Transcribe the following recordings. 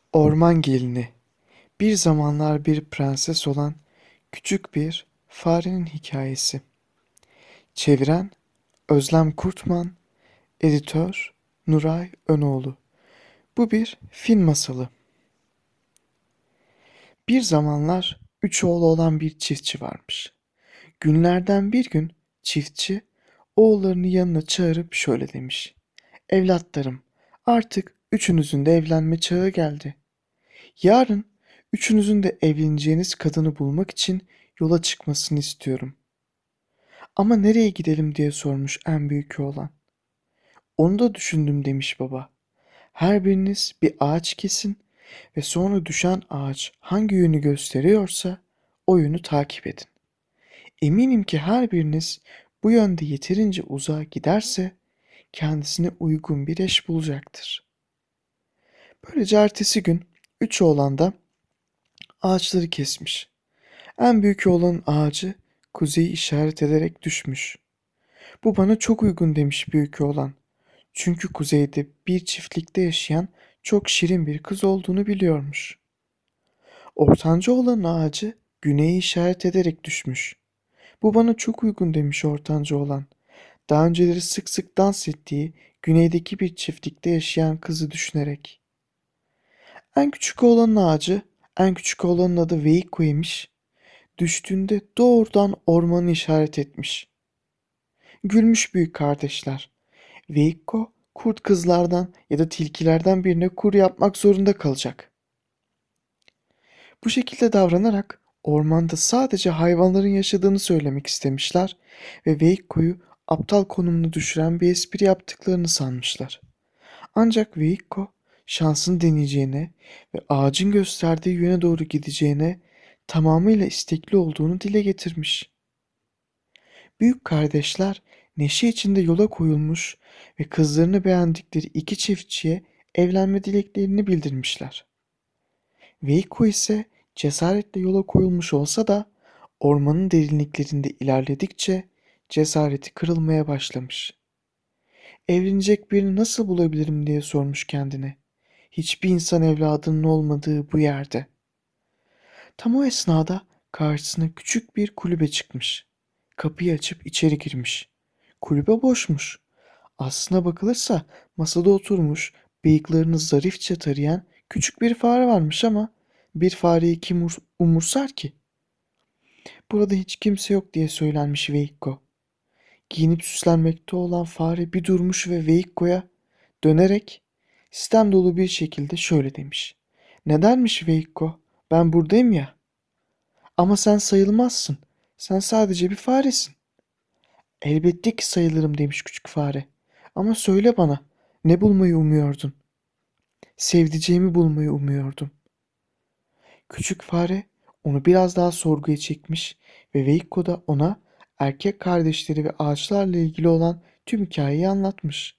Orman Gelini. Bir zamanlar bir prenses olan küçük bir farenin hikayesi. Çeviren Özlem Kurtman, editör Nuray Önoğlu. Bu bir film masalı. Bir zamanlar üç oğlu olan bir çiftçi varmış. Günlerden bir gün çiftçi oğullarını yanına çağırıp şöyle demiş. Evlatlarım, artık üçünüzün de evlenme çağı geldi. Yarın üçünüzün de evleneceğiniz kadını bulmak için yola çıkmasını istiyorum. Ama nereye gidelim diye sormuş en büyük oğlan. Onu da düşündüm demiş baba. Her biriniz bir ağaç kesin ve sonra düşen ağaç hangi yönü gösteriyorsa o yönü takip edin. Eminim ki her biriniz bu yönde yeterince uzağa giderse kendisine uygun bir eş bulacaktır. Böylece ertesi gün üç oğlan da ağaçları kesmiş. En büyük oğlanın ağacı kuzeyi işaret ederek düşmüş. Bu bana çok uygun demiş büyük oğlan. Çünkü kuzeyde bir çiftlikte yaşayan çok şirin bir kız olduğunu biliyormuş. Ortanca oğlanın ağacı güneyi işaret ederek düşmüş. Bu bana çok uygun demiş ortanca oğlan. Daha önceleri sık sık dans ettiği güneydeki bir çiftlikte yaşayan kızı düşünerek. En küçük oğlanın ağacı, en küçük oğlanın adı Veikko imiş. Düştüğünde doğrudan ormanı işaret etmiş. Gülmüş büyük kardeşler. Veikko kurt kızlardan ya da tilkilerden birine kur yapmak zorunda kalacak. Bu şekilde davranarak ormanda sadece hayvanların yaşadığını söylemek istemişler ve Veikko'yu aptal konumuna düşüren bir espri yaptıklarını sanmışlar. Ancak Veikko şansını deneyeceğine ve ağacın gösterdiği yöne doğru gideceğine tamamıyla istekli olduğunu dile getirmiş. Büyük kardeşler neşe içinde yola koyulmuş ve kızlarını beğendikleri iki çiftçiye evlenme dileklerini bildirmişler. Veiko ise cesaretle yola koyulmuş olsa da ormanın derinliklerinde ilerledikçe cesareti kırılmaya başlamış. Evlenecek birini nasıl bulabilirim diye sormuş kendine. Hiçbir insan evladının olmadığı bu yerde. Tam o esnada karşısına küçük bir kulübe çıkmış. Kapıyı açıp içeri girmiş. Kulübe boşmuş. Aslına bakılırsa masada oturmuş, bıyıklarını zarifçe tarayan küçük bir fare varmış ama bir fareyi kim umursar ki? Burada hiç kimse yok diye söylenmiş Veikko. Giyinip süslenmekte olan fare bir durmuş ve Veikko'ya dönerek sistem dolu bir şekilde şöyle demiş. Nedenmiş Veikko? Ben buradayım ya. Ama sen sayılmazsın. Sen sadece bir faresin. Elbette ki sayılırım demiş küçük fare. Ama söyle bana, ne bulmayı umuyordun? Sevdiceğimi bulmayı umuyordum. Küçük fare onu biraz daha sorguya çekmiş ve Veikko da ona erkek kardeşleri ve ağaçlarla ilgili olan tüm hikayeyi anlatmış.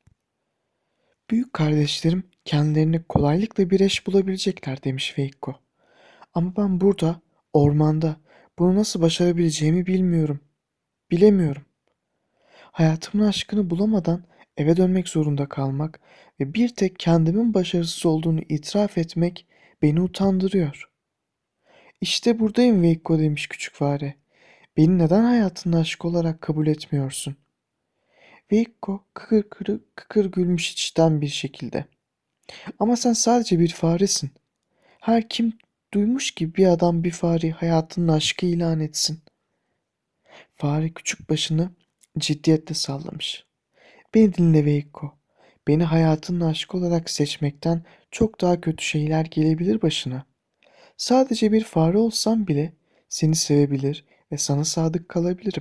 Büyük kardeşlerim kendilerine kolaylıkla bir eş bulabilecekler demiş Veikko. Ama ben burada, ormanda bunu nasıl başarabileceğimi bilmiyorum. Bilemiyorum. Hayatımın aşkını bulamadan eve dönmek zorunda kalmak ve bir tek kendimin başarısız olduğunu itiraf etmek beni utandırıyor. İşte buradayım Veikko demiş küçük fare. Beni neden hayatının aşkı olarak kabul etmiyorsun? Veikko kıkır kıkır kıkır gülmüş içten bir şekilde. Ama sen sadece bir faresin. Her kim duymuş ki bir adam bir fareyi hayatının aşkı ilan etsin. Fare küçük başını ciddiyetle sallamış. Beni dinle Veikko. Beni hayatının aşkı olarak seçmekten çok daha kötü şeyler gelebilir başına. Sadece bir fare olsam bile seni sevebilir ve sana sadık kalabilirim.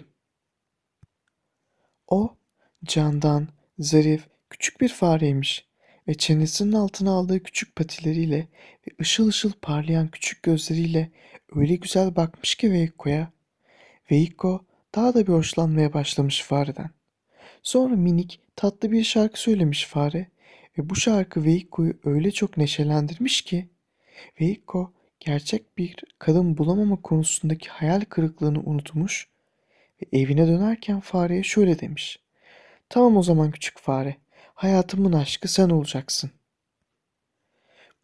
O, candan, zarif, küçük bir fareymiş ve çenesinin altına aldığı küçük patileriyle ve ışıl ışıl parlayan küçük gözleriyle öyle güzel bakmış ki Veikko'ya. Veikko daha da bir hoşlanmaya başlamış fareden. Sonra minik, tatlı bir şarkı söylemiş fare ve bu şarkı Veikko'yu öyle çok neşelendirmiş ki Veikko gerçek bir kadın bulamama konusundaki hayal kırıklığını unutmuş ve evine dönerken fareye şöyle demiş. Tamam o zaman küçük fare, hayatımın aşkı sen olacaksın.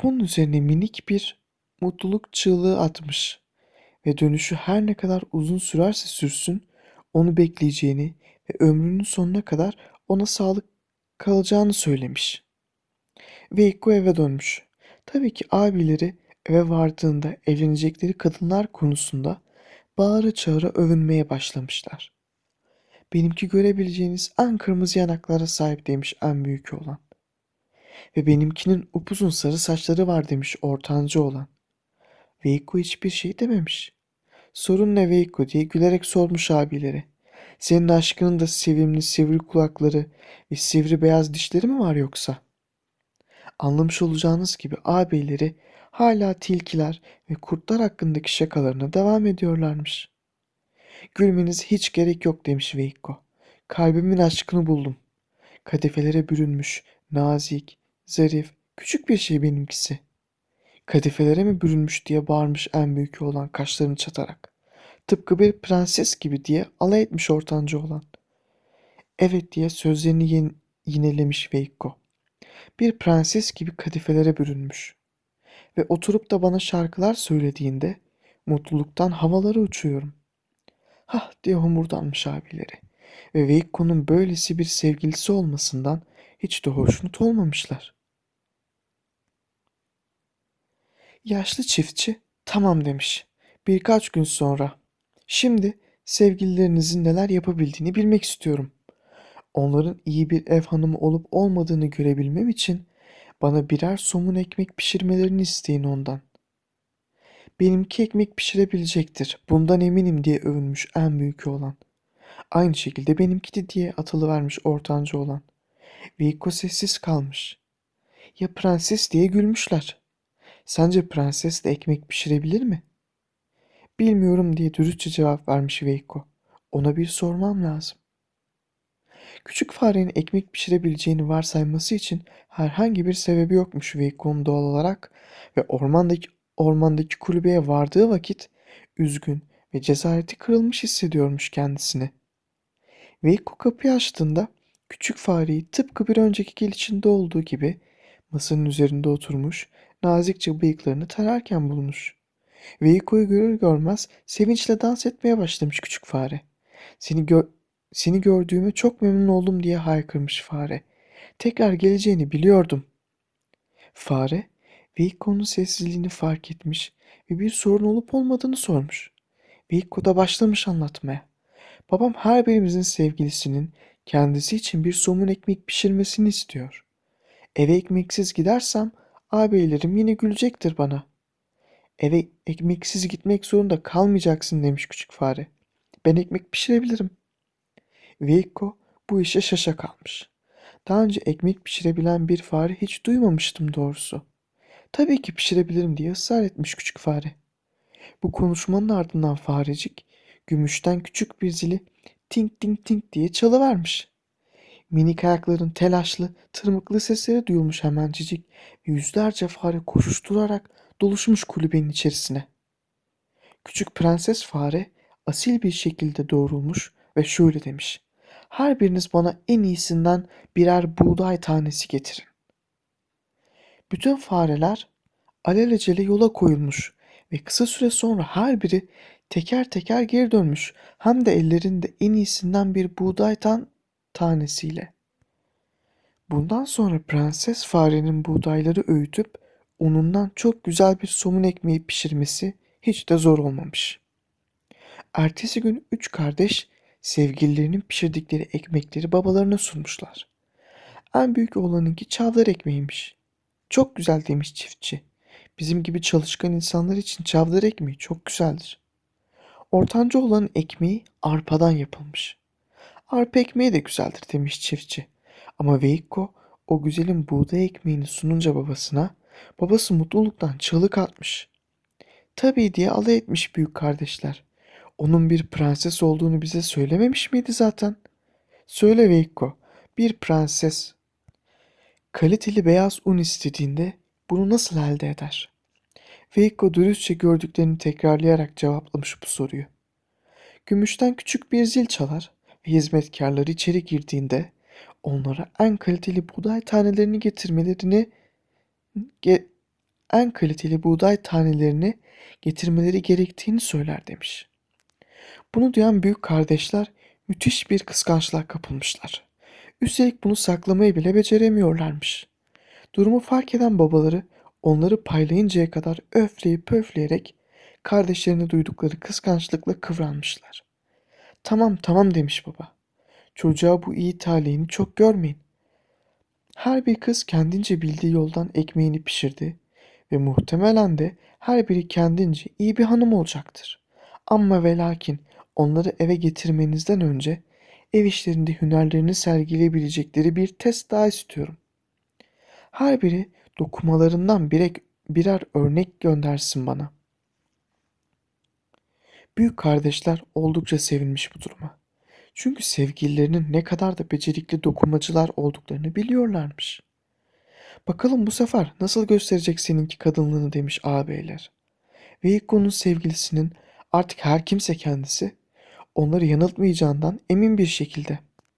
Veikko'nun üzerine minik bir mutluluk çığlığı atmış ve dönüşü her ne kadar uzun sürerse sürsün onu bekleyeceğini ve ömrünün sonuna kadar ona sağlık kalacağını söylemiş. Veikko eve dönmüş. Tabii ki abileri eve vardığında evlenecekleri kadınlar konusunda bağıra çağıra övünmeye başlamışlar. Benimki görebileceğiniz en kırmızı yanaklara sahip demiş en büyük olan. Ve benimkinin upuzun sarı saçları var demiş ortanca olan. Veikko hiçbir şey dememiş. Sorun ne Veikko diye gülerek sormuş abileri. Senin aşkının da sevimli sivri kulakları ve sivri beyaz dişleri mi var yoksa? Anlamış olacağınız gibi ağabeyleri hala tilkiler ve kurtlar hakkındaki şakalarına devam ediyorlarmış. Gülmenize hiç gerek yok demiş Veikko. Kalbimin aşkını buldum. Kadifelere bürünmüş, nazik, zarif, küçük bir şey benimkisi. Kadifelere mi bürünmüş diye bağırmış en büyük oğlan kaşlarını çatarak. Tıpkı bir prenses gibi diye alay etmiş ortanca olan. Evet diye sözlerini yinelemiş Veikko. Bir prenses gibi kadifelere bürünmüş. Ve oturup da bana şarkılar söylediğinde mutluluktan havalara uçuyorum. Hah diye homurdanmış abileri. Ve Veikko'nun böylesi bir sevgilisi olmasından hiç de hoşnut olmamışlar. Yaşlı çiftçi tamam demiş. Birkaç gün sonra. Şimdi sevgililerinizin neler yapabildiğini bilmek istiyorum. Onların iyi bir ev hanımı olup olmadığını görebilmem için bana birer somun ekmek pişirmelerini isteyin ondan. Benimki ekmek pişirebilecektir. Bundan eminim diye övünmüş en büyük oğlan. Aynı şekilde benimki de diye atılıvermiş ortanca olan. Veikko sessiz kalmış. Ya prenses diye gülmüşler. Sence prenses de ekmek pişirebilir mi? Bilmiyorum diye dürüstçe cevap vermiş Veikko. Ona bir sormam lazım. Küçük farenin ekmek pişirebileceğini varsayması için herhangi bir sebebi yokmuş Veikko'nun doğal olarak ve ormandaki kulübeye vardığı vakit üzgün ve cesareti kırılmış hissediyormuş kendisini. Veikko kapıyı açtığında küçük fareyi tıpkı bir önceki gelişinde olduğu gibi masanın üzerinde oturmuş nazikçe bıyıklarını tararken bulmuş. Veikko'yu görür görmez sevinçle dans etmeye başlamış küçük fare. Seni gö seni gördüğüme çok memnun oldum diye haykırmış fare. Tekrar geleceğini biliyordum. Fare, Veikko'nun sessizliğini fark etmiş ve bir sorun olup olmadığını sormuş. Veikko da başlamış anlatmaya. Babam her birimizin sevgilisinin kendisi için bir somun ekmek pişirmesini istiyor. Eve ekmeksiz gidersem ağabeylerim yine gülecektir bana. Eve ekmeksiz gitmek zorunda kalmayacaksın demiş küçük fare. Ben ekmek pişirebilirim. Veikko bu işe şaşa kalmış. Daha önce ekmek pişirebilen bir fare hiç duymamıştım doğrusu. Tabii ki pişirebilirim diye ısrar etmiş küçük fare. Bu konuşmanın ardından farecik gümüşten küçük bir zili tink tink tink diye çalıvermiş. Minik ayakların telaşlı, tırmıklı sesleri duyulmuş hemencecik ve yüzlerce fare koşuşturarak doluşmuş kulübenin içerisine. Küçük prenses fare asil bir şekilde doğrulmuş ve şöyle demiş. Her biriniz bana en iyisinden birer buğday tanesi getirin. Bütün fareler alelacele yola koyulmuş ve kısa süre sonra her biri teker teker geri dönmüş. Hem de ellerinde en iyisinden bir buğday tanesiyle. Bundan sonra prenses farenin buğdayları öğütüp unundan çok güzel bir somun ekmeği pişirmesi hiç de zor olmamış. Ertesi gün üç kardeş sevgililerinin pişirdikleri ekmekleri babalarına sunmuşlar. En büyük oğlanınki çavdar ekmeğiymiş. Çok güzel demiş çiftçi. Bizim gibi çalışkan insanlar için çavdar ekmeği çok güzeldir. Ortanca oğlanın ekmeği arpadan yapılmış. Arpa ekmeği de güzeldir demiş çiftçi. Ama Veikko o güzelin buğday ekmeğini sununca babasına, babası mutluluktan çığlık atmış. Tabii diye alay etmiş büyük kardeşler. Onun bir prenses olduğunu bize söylememiş miydi zaten? Söyle Veikko, bir prenses kaliteli beyaz un istediğinde bunu nasıl elde eder? Veikko dürüstçe gördüklerini tekrarlayarak cevaplamış bu soruyu. Gümüşten küçük bir zil çalar ve hizmetkarları içeri girdiğinde onlara en kaliteli buğday tanelerini getirmelerini ge- en kaliteli buğday tanelerini getirmeleri gerektiğini söyler demiş. Bunu duyan büyük kardeşler müthiş bir kıskançlığa kapılmışlar. Üstelik bunu saklamayı bile beceremiyorlarmış. Durumu fark eden babaları onları paylayıncaya kadar öfleyip pöfleyerek kardeşlerini duydukları kıskançlıkla kıvranmışlar. Tamam tamam demiş baba. Çocuğa bu iyi talihini çok görmeyin. Her bir kız kendince bildiği yoldan ekmeğini pişirdi ve muhtemelen de her biri kendince iyi bir hanım olacaktır. Ama ve lakin onları eve getirmenizden önce ev işlerinde hünerlerini sergileyebilecekleri bir test daha istiyorum. Her biri dokumalarından birer örnek göndersin bana. Büyük kardeşler oldukça sevinmiş bu duruma. Çünkü sevgililerinin ne kadar da becerikli dokumacılar olduklarını biliyorlarmış. Bakalım bu sefer nasıl gösterecek seninki kadınlığını demiş ağabeyler. Ve Hiko'nun sevgilisinin artık her kimse kendisi onları yanıltmayacağından emin bir şekilde.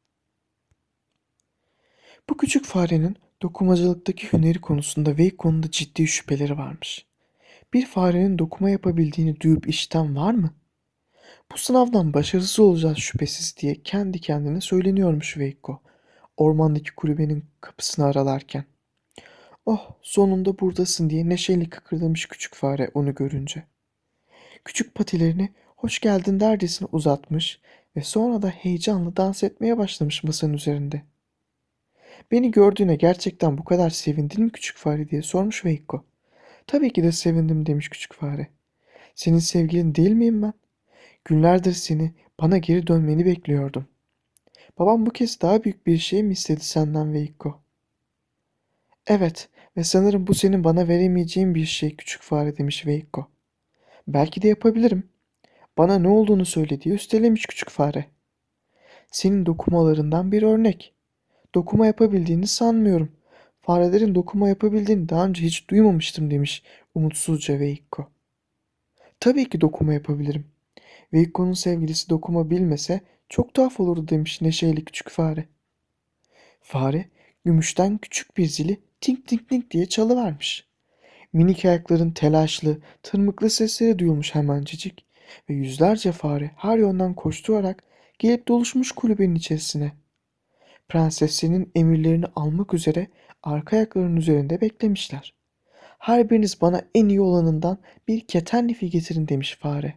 Bu küçük farenin dokumacılıktaki hüneri konusunda Veiko'nun da ciddi şüpheleri varmış. Bir farenin dokuma yapabildiğini duyup işiten var mı? Bu sınavdan başarısız olacağız şüphesiz diye kendi kendine söyleniyormuş Veiko, ormandaki kulübenin kapısını aralarken. Oh, sonunda buradasın diye neşeyle kıkırdamış küçük fare onu görünce. Küçük patilerini hoş geldin derdesine uzatmış ve sonra da heyecanla dans etmeye başlamış masanın üzerinde. Beni gördüğüne gerçekten bu kadar sevindin mi küçük fare diye sormuş Veiko. Tabii ki de sevindim demiş küçük fare. Senin sevgilin değil miyim ben? Günlerdir seni bana geri dönmeni bekliyordum. Babam bu kez daha büyük bir şey mi istedi senden Veiko? Evet ve sanırım bu senin bana veremeyeceğin bir şey küçük fare demiş Veiko. Belki de yapabilirim. Bana ne olduğunu söyle diye üstelemiş küçük fare. Senin dokumalarından bir örnek. Dokuma yapabildiğini sanmıyorum. Farelerin dokuma yapabildiğini daha önce hiç duymamıştım demiş umutsuzca Veiko. Tabii ki dokuma yapabilirim. Veiko'nun sevgilisi dokuma bilmese çok tuhaf olurdu demiş neşeli küçük fare. Fare gümüşten küçük bir zili tink tink tink diye çalıvermiş. Minik ayakların telaşlı, tırmıklı sesleri duyulmuş hemencecik ve yüzlerce fare her yönden koşturarak gelip doluşmuş kulübenin içerisine. Prenseslerinin emirlerini almak üzere arka ayaklarının üzerinde beklemişler. Her biriniz bana en iyi olanından bir ketenlifi getirin demiş fare.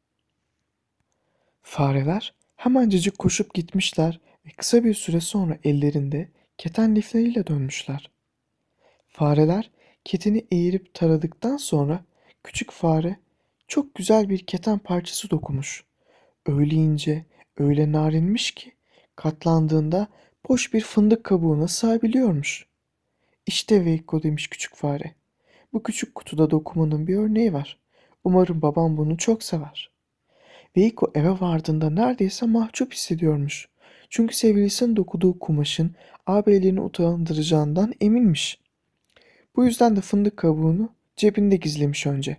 Fareler hemencecik koşup gitmişler ve kısa bir süre sonra ellerinde keten lifleriyle dönmüşler. Fareler keteni eğirip taradıktan sonra küçük fare çok güzel bir keten parçası dokumuş. Öyle ince, öyle narinmiş ki katlandığında boş bir fındık kabuğuna sığabiliyormuş. İşte Veiko demiş küçük fare. Bu küçük kutuda dokumanın bir örneği var. Umarım babam bunu çok sever. Veiko eve vardığında neredeyse mahcup hissediyormuş. Çünkü sevgilisinin dokuduğu kumaşın ağabeylerini utandıracağından eminmiş. Bu yüzden de fındık kabuğunu cebinde gizlemiş önce.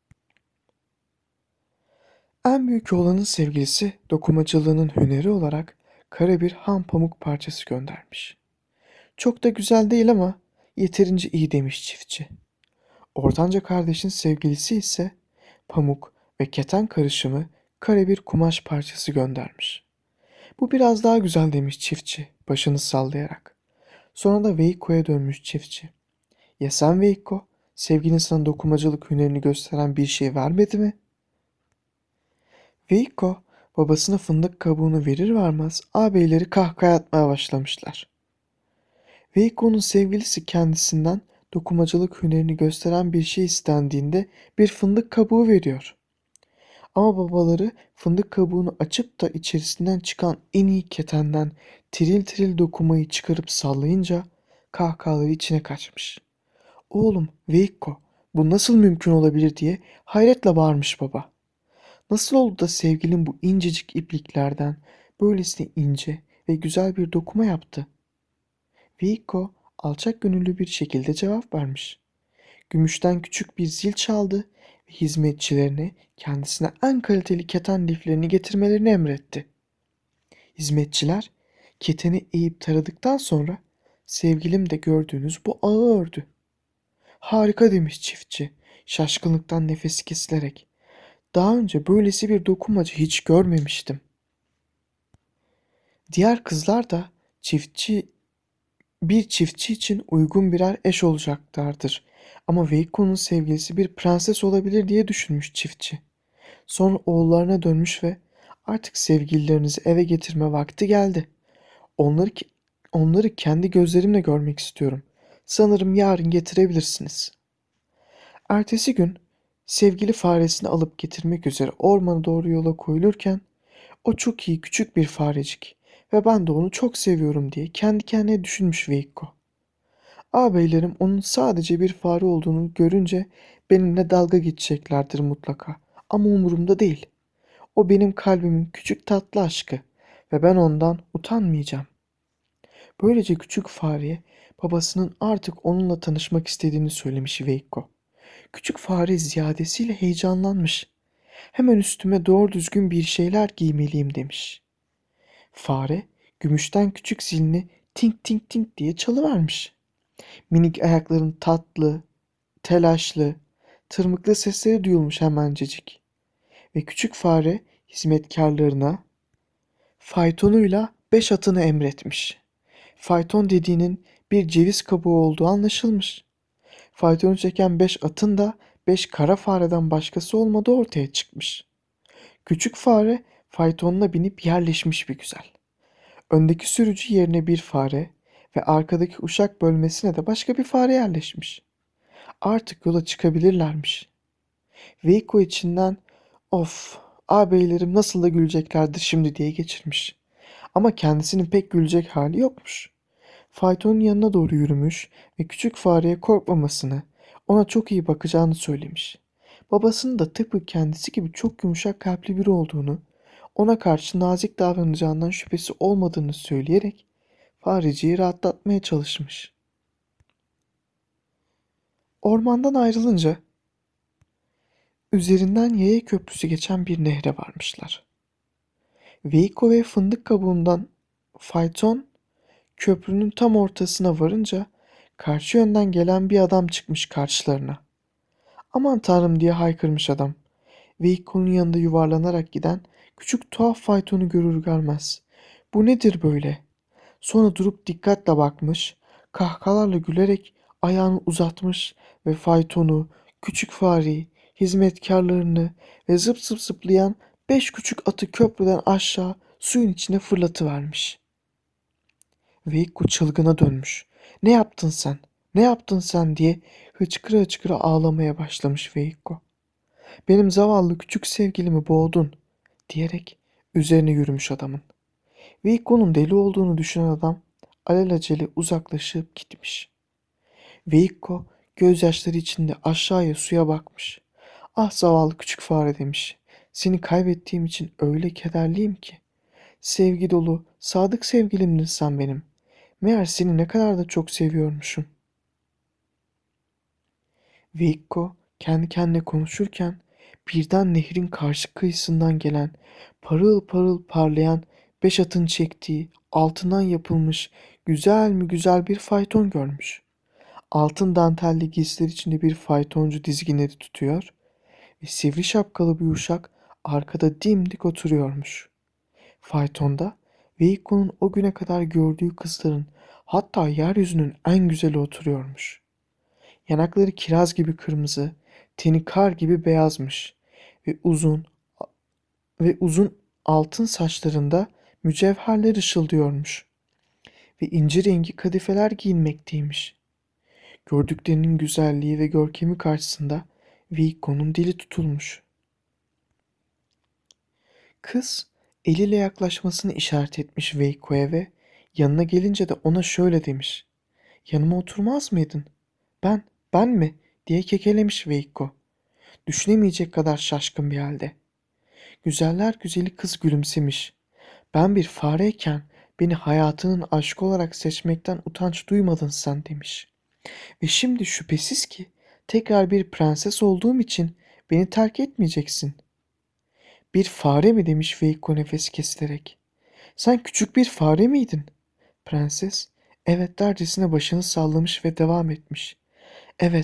En büyük oğlanın sevgilisi dokumacılığının hüneri olarak kara bir ham pamuk parçası göndermiş. Çok da güzel değil ama yeterince iyi demiş çiftçi. Ortanca kardeşin sevgilisi ise pamuk ve keten karışımı kare bir kumaş parçası göndermiş. Bu biraz daha güzel demiş çiftçi başını sallayarak. Sonra da Veiko'ya dönmüş çiftçi. Ya sen Veiko, sevgilin sana dokumacılık hünerini gösteren bir şey vermedi mi? Veiko babasına fındık kabuğunu verir vermez ağabeyleri kahkaha atmaya başlamışlar. Veiko'nun sevgilisi kendisinden dokumacılık hünerini gösteren bir şey istendiğinde bir fındık kabuğu veriyor. Ama babaları fındık kabuğunu açıp da içerisinden çıkan en iyi ketenden tiril tiril dokumayı çıkarıp sallayınca kahkahaları içine kaçmış. Oğlum Veiko bu nasıl mümkün olabilir diye hayretle bağırmış baba. Nasıl oldu da sevgilin bu incecik ipliklerden böylesine ince ve güzel bir dokuma yaptı? Veiko alçak gönüllü bir şekilde cevap vermiş. Gümüşten küçük bir zil çaldı ve hizmetçilerine kendisine en kaliteli keten liflerini getirmelerini emretti. Hizmetçiler keteni eğip taradıktan sonra sevgilim de gördüğünüz bu ağı ördü. Harika demiş çiftçi, şaşkınlıktan nefesi kesilerek. Daha önce böylesi bir dokunmaca hiç görmemiştim. Diğer kızlar da bir çiftçi için uygun birer eş olacaklardır. Ama Veiko'nun sevgilisi bir prenses olabilir diye düşünmüş çiftçi. Sonra oğullarına dönmüş ve artık sevgililerinizi eve getirme vakti geldi. Onları onları kendi gözlerimle görmek istiyorum. Sanırım yarın getirebilirsiniz. Ertesi gün sevgili faresini alıp getirmek üzere ormana doğru yola koyulurken o çok iyi küçük bir farecik ve ben de onu çok seviyorum diye kendi kendine düşünmüş Veikko. Ağabeylerim onun sadece bir fare olduğunu görünce benimle dalga geçeceklerdir mutlaka. Ama umurumda değil. O benim kalbimin küçük tatlı aşkı ve ben ondan utanmayacağım. Böylece küçük fareye babasının artık onunla tanışmak istediğini söylemiş Veikko. Küçük fare ziyadesiyle heyecanlanmış. Hemen üstüme doğru düzgün bir şeyler giymeliyim demiş. Fare gümüşten küçük zilini tink tink tink diye çalıvermiş. Minik ayakların tatlı, telaşlı, tırmıklı sesleri duyulmuş hemencecik. Ve küçük fare hizmetkarlarına faytonuyla 5 atını emretmiş. Fayton dediğinin bir ceviz kabuğu olduğu anlaşılmış. Faytonu çeken 5 atın da 5 kara fareden başkası olmadığı ortaya çıkmış. Küçük fare faytonuna binip yerleşmiş bir güzel. Öndeki sürücü yerine bir fare ve arkadaki uşak bölmesine de başka bir fare yerleşmiş. Artık yola çıkabilirlermiş. Veiko içinden of ağabeylerim nasıl da güleceklerdir şimdi diye geçirmiş. Ama kendisinin pek gülecek hali yokmuş. Faytonun yanına doğru yürümüş ve küçük fareye korkmamasını, ona çok iyi bakacağını söylemiş. Babasının da tıpkı kendisi gibi çok yumuşak kalpli biri olduğunu, ona karşı nazik davranacağından şüphesi olmadığını söyleyerek fareciyi rahatlatmaya çalışmış. Ormandan ayrılınca üzerinden yaya köprüsü geçen bir nehre varmışlar. Veiko ve fındık kabuğundan fayton köprünün tam ortasına varınca karşı yönden gelen bir adam çıkmış karşılarına. Aman tanrım diye haykırmış adam. Veiko'nun yanında yuvarlanarak giden küçük tuhaf faytonu görür görmez. Bu nedir böyle? Sonra durup dikkatle bakmış, kahkahalarla gülerek ayağını uzatmış ve faytonu, küçük fareyi, hizmetkarlarını ve zıp zıp zıplayan 5 küçük atı köprüden aşağı suyun içine fırlatıvermiş. Veikko çılgına dönmüş. Ne yaptın sen? Ne yaptın sen diye hıçkıra hıçkıra ağlamaya başlamış Veikko. Benim zavallı küçük sevgilimi boğdun diyerek üzerine yürümüş adamın. Veikko'nun deli olduğunu düşünen adam alelacele uzaklaşıp gitmiş. Veikko gözyaşları içinde aşağıya suya bakmış. Ah zavallı küçük fare demiş. Seni kaybettiğim için öyle kederliyim ki. Sevgi dolu, sadık sevgilimdin sen benim. Meğer seni ne kadar da çok seviyormuşum. Veikko kendi kendine konuşurken birden nehrin karşı kıyısından gelen parıl parıl parlayan 5 atın çektiği altından yapılmış güzel mi güzel bir fayton görmüş. Altın dantelli giysiler içinde bir faytoncu dizginleri tutuyor ve sivri şapkalı bir uşak arkada dimdik oturuyormuş. Faytonda Veikko'nun o güne kadar gördüğü kızların hatta yeryüzünün en güzeli oturuyormuş. Yanakları kiraz gibi kırmızı, teni kar gibi beyazmış ve uzun altın saçlarında mücevherler ışıldıyormuş ve inci rengi kadifeler giyinmekteymiş. Gördüklerinin güzelliği ve görkemi karşısında Veikko'nun dili tutulmuş. Kız eliyle yaklaşmasını işaret etmiş Veikko'ya ve yanına gelince de ona şöyle demiş. Yanıma oturmaz mıydın? Ben, ben mi? Diye kekelemiş Veikko. Düşünemeyecek kadar şaşkın bir halde. Güzeller güzeli kız gülümsemiş. Ben bir fareyken beni hayatının aşkı olarak seçmekten utanç duymadın sen demiş. Ve şimdi şüphesiz ki tekrar bir prenses olduğum için beni terk etmeyeceksin. Bir fare mi demiş Veikko nefes kesilerek. Sen küçük bir fare miydin? Prenses evet dercesine başını sallamış ve devam etmiş. Evet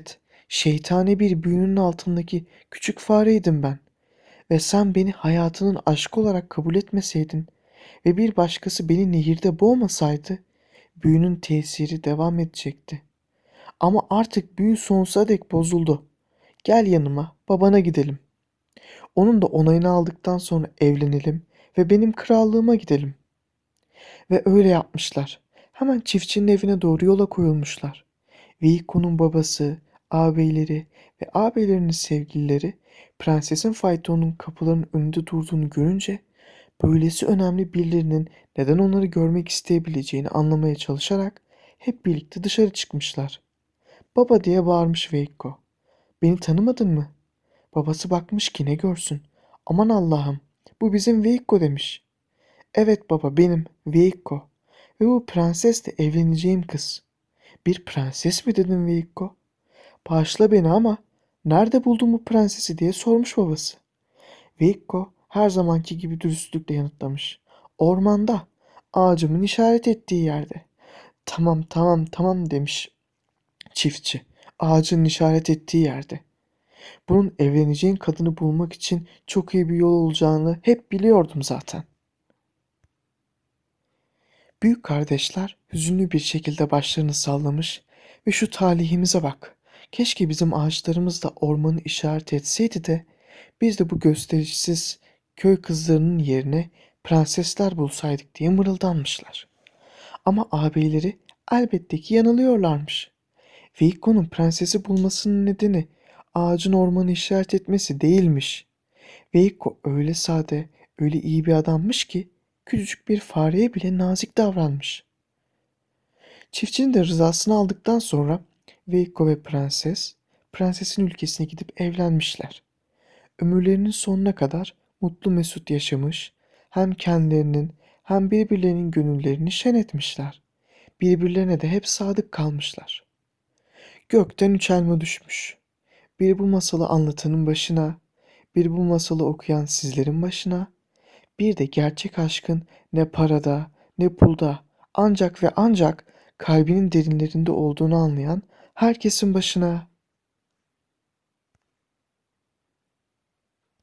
Şeytani bir büyünün altındaki küçük fareydim ben. Ve sen beni hayatının aşkı olarak kabul etmeseydin ve bir başkası beni nehirde boğmasaydı, büyünün tesiri devam edecekti. Ama artık büyü sonsuza dek bozuldu. Gel yanıma, babana gidelim. Onun da onayını aldıktan sonra evlenelim ve benim krallığıma gidelim. Ve öyle yapmışlar. Hemen çiftçinin evine doğru yola koyulmuşlar. Veiko'nun babası, ağabeyleri ve ağabeylerinin sevgilileri prensesin faytonunun kapılarının önünde durduğunu görünce böylesi önemli birilerinin neden onları görmek isteyebileceğini anlamaya çalışarak hep birlikte dışarı çıkmışlar. Baba diye bağırmış Veiko. Beni tanımadın mı? Babası bakmış ki ne görsün. Aman Allah'ım, bu bizim Veiko demiş. Evet baba, benim Veiko. Ve bu prensesle evleneceğim kız. Bir prenses mi dedin Veiko? Bağışla beni ama nerede buldun bu prensesi diye sormuş babası. Veiko her zamanki gibi dürüstlükle yanıtlamış. Ormanda, ağacımın işaret ettiği yerde. Tamam tamam tamam demiş çiftçi. Ağacın işaret ettiği yerde. Bunun evleneceğin kadını bulmak için çok iyi bir yol olacağını hep biliyordum zaten. Büyük kardeşler hüzünlü bir şekilde başlarını sallamış ve şu talihimize bak. Keşke bizim ağaçlarımız da ormanı işaret etseydi de biz de bu gösterişsiz köy kızlarının yerine prensesler bulsaydık diye mırıldanmışlar. Ama ağabeyleri elbette ki yanılıyorlarmış. Veiko'nun prensesi bulmasının nedeni ağacın ormanı işaret etmesi değilmiş. Veiko öyle sade, öyle iyi bir adammış ki küçücük bir fareye bile nazik davranmış. Çiftçinin de rızasını aldıktan sonra Veiko ve prensesin ülkesine gidip evlenmişler. Ömürlerinin sonuna kadar mutlu mesut yaşamış, hem kendilerinin hem birbirlerinin gönüllerini şen etmişler. Birbirlerine de hep sadık kalmışlar. Gökten üç elma düşmüş. Biri bu masalı anlatanın başına, biri bu masalı okuyan sizlerin başına, bir de gerçek aşkın ne parada ne pulda ancak ve ancak kalbinin derinlerinde olduğunu anlayan herkesin başına.